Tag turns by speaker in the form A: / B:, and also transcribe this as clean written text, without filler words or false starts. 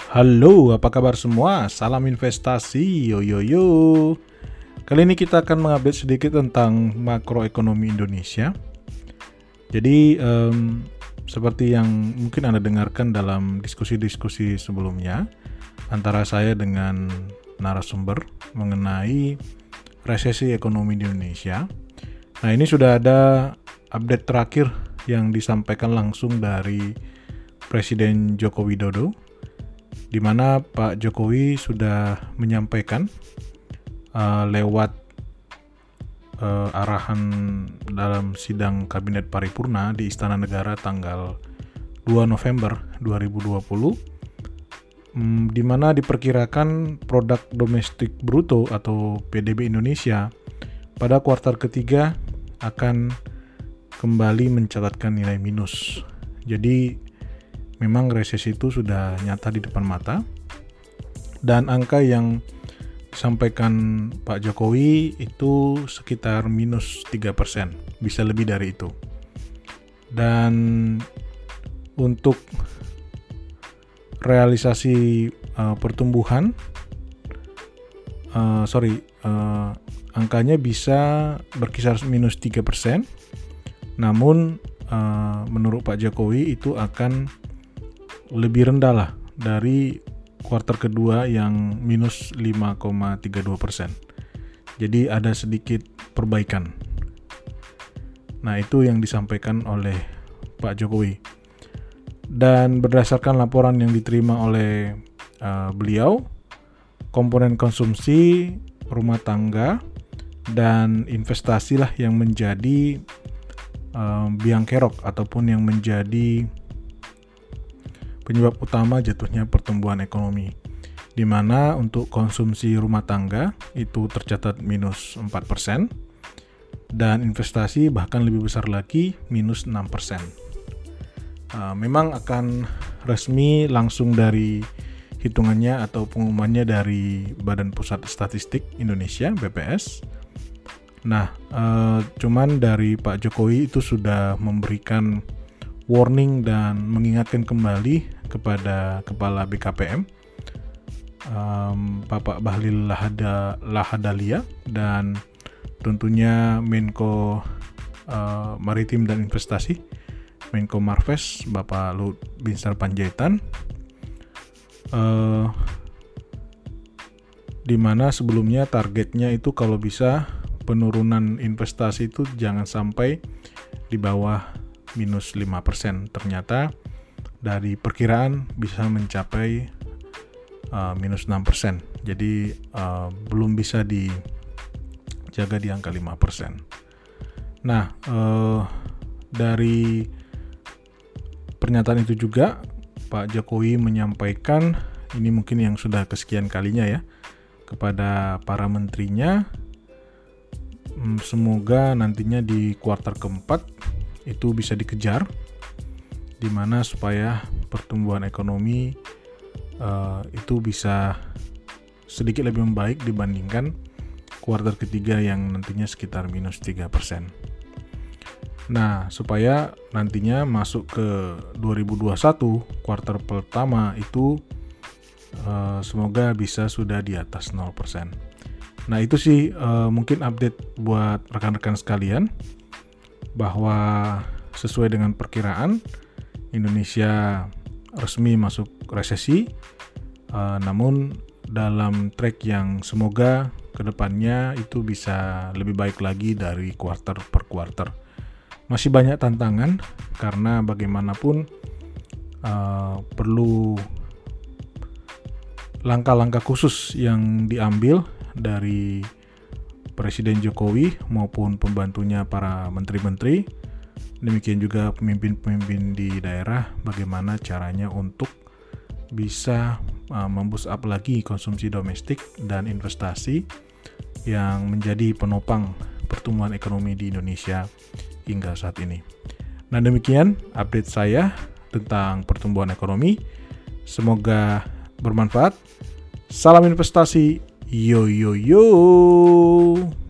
A: Halo, apa kabar semua? Salam investasi, yo yo yo. Kali ini kita akan mengupdate sedikit tentang makroekonomi Indonesia. Jadi, seperti yang mungkin Anda dengarkan dalam diskusi-diskusi sebelumnya, antara saya dengan narasumber mengenai resesi ekonomi di Indonesia. Nah, ini sudah ada update terakhir yang disampaikan langsung dari Presiden Joko Widodo, di mana Pak Jokowi sudah menyampaikan lewat arahan dalam sidang Kabinet Paripurna di Istana Negara tanggal 2 November 2020, di mana diperkirakan produk domestik bruto atau PDB Indonesia pada kuartal ketiga akan kembali mencatatkan nilai minus. Jadi memang resesi itu sudah nyata di depan mata, dan angka yang disampaikan Pak Jokowi itu sekitar minus 3%, bisa lebih dari itu. Dan untuk realisasi pertumbuhan, angkanya bisa berkisar minus 3%, namun menurut Pak Jokowi itu akan lebih rendah lah dari kuartal kedua yang minus 5,32%. Jadi ada sedikit perbaikan. Nah, itu yang disampaikan oleh Pak Jokowi. Dan berdasarkan laporan yang diterima oleh beliau, komponen konsumsi, rumah tangga, dan investasi lah yang menjadi biang kerok ataupun yang menjadi penyebab utama jatuhnya pertumbuhan ekonomi, di mana untuk konsumsi rumah tangga itu tercatat minus 4%, dan investasi bahkan lebih besar lagi, minus 6%. Memang akan resmi langsung dari hitungannya atau pengumumannya dari Badan Pusat Statistik Indonesia, BPS. Nah, cuman dari Pak Jokowi itu sudah memberikan warning dan mengingatkan kembali kepada Kepala BKPM, Bapak Bahlil Lahadalia, dan tentunya Menko Maritim dan Investasi, Menko Marves, Bapak Luhut Binsar Panjaitan, di mana sebelumnya targetnya itu kalau bisa penurunan investasi itu jangan sampai di bawah minus 5%. Ternyata dari perkiraan bisa mencapai minus 6%. Jadi belum bisa dijaga di angka 5%. Nah, dari pernyataan itu juga Pak Jokowi menyampaikan, ini mungkin yang sudah kesekian kalinya ya, kepada para menterinya, semoga nantinya di kuartal keempat itu bisa dikejar, di mana supaya pertumbuhan ekonomi itu bisa sedikit lebih membaik dibandingkan kuartal ketiga yang nantinya sekitar minus 3%. Nah, supaya nantinya masuk ke 2021 kuartal pertama itu semoga bisa sudah di atas 0%. Nah, itu sih mungkin update buat rekan-rekan sekalian, bahwa sesuai dengan perkiraan Indonesia resmi masuk resesi, namun dalam track yang semoga kedepannya itu bisa lebih baik lagi dari kuartal per kuartal. Masih banyak tantangan karena bagaimanapun perlu langkah-langkah khusus yang diambil dari Presiden Jokowi maupun pembantunya para menteri-menteri, demikian juga pemimpin-pemimpin di daerah, bagaimana caranya untuk bisa memboost up lagi konsumsi domestik dan investasi yang menjadi penopang pertumbuhan ekonomi di Indonesia hingga saat ini. Nah, demikian update saya tentang pertumbuhan ekonomi. Semoga bermanfaat. Salam investasi. Yo yo yo.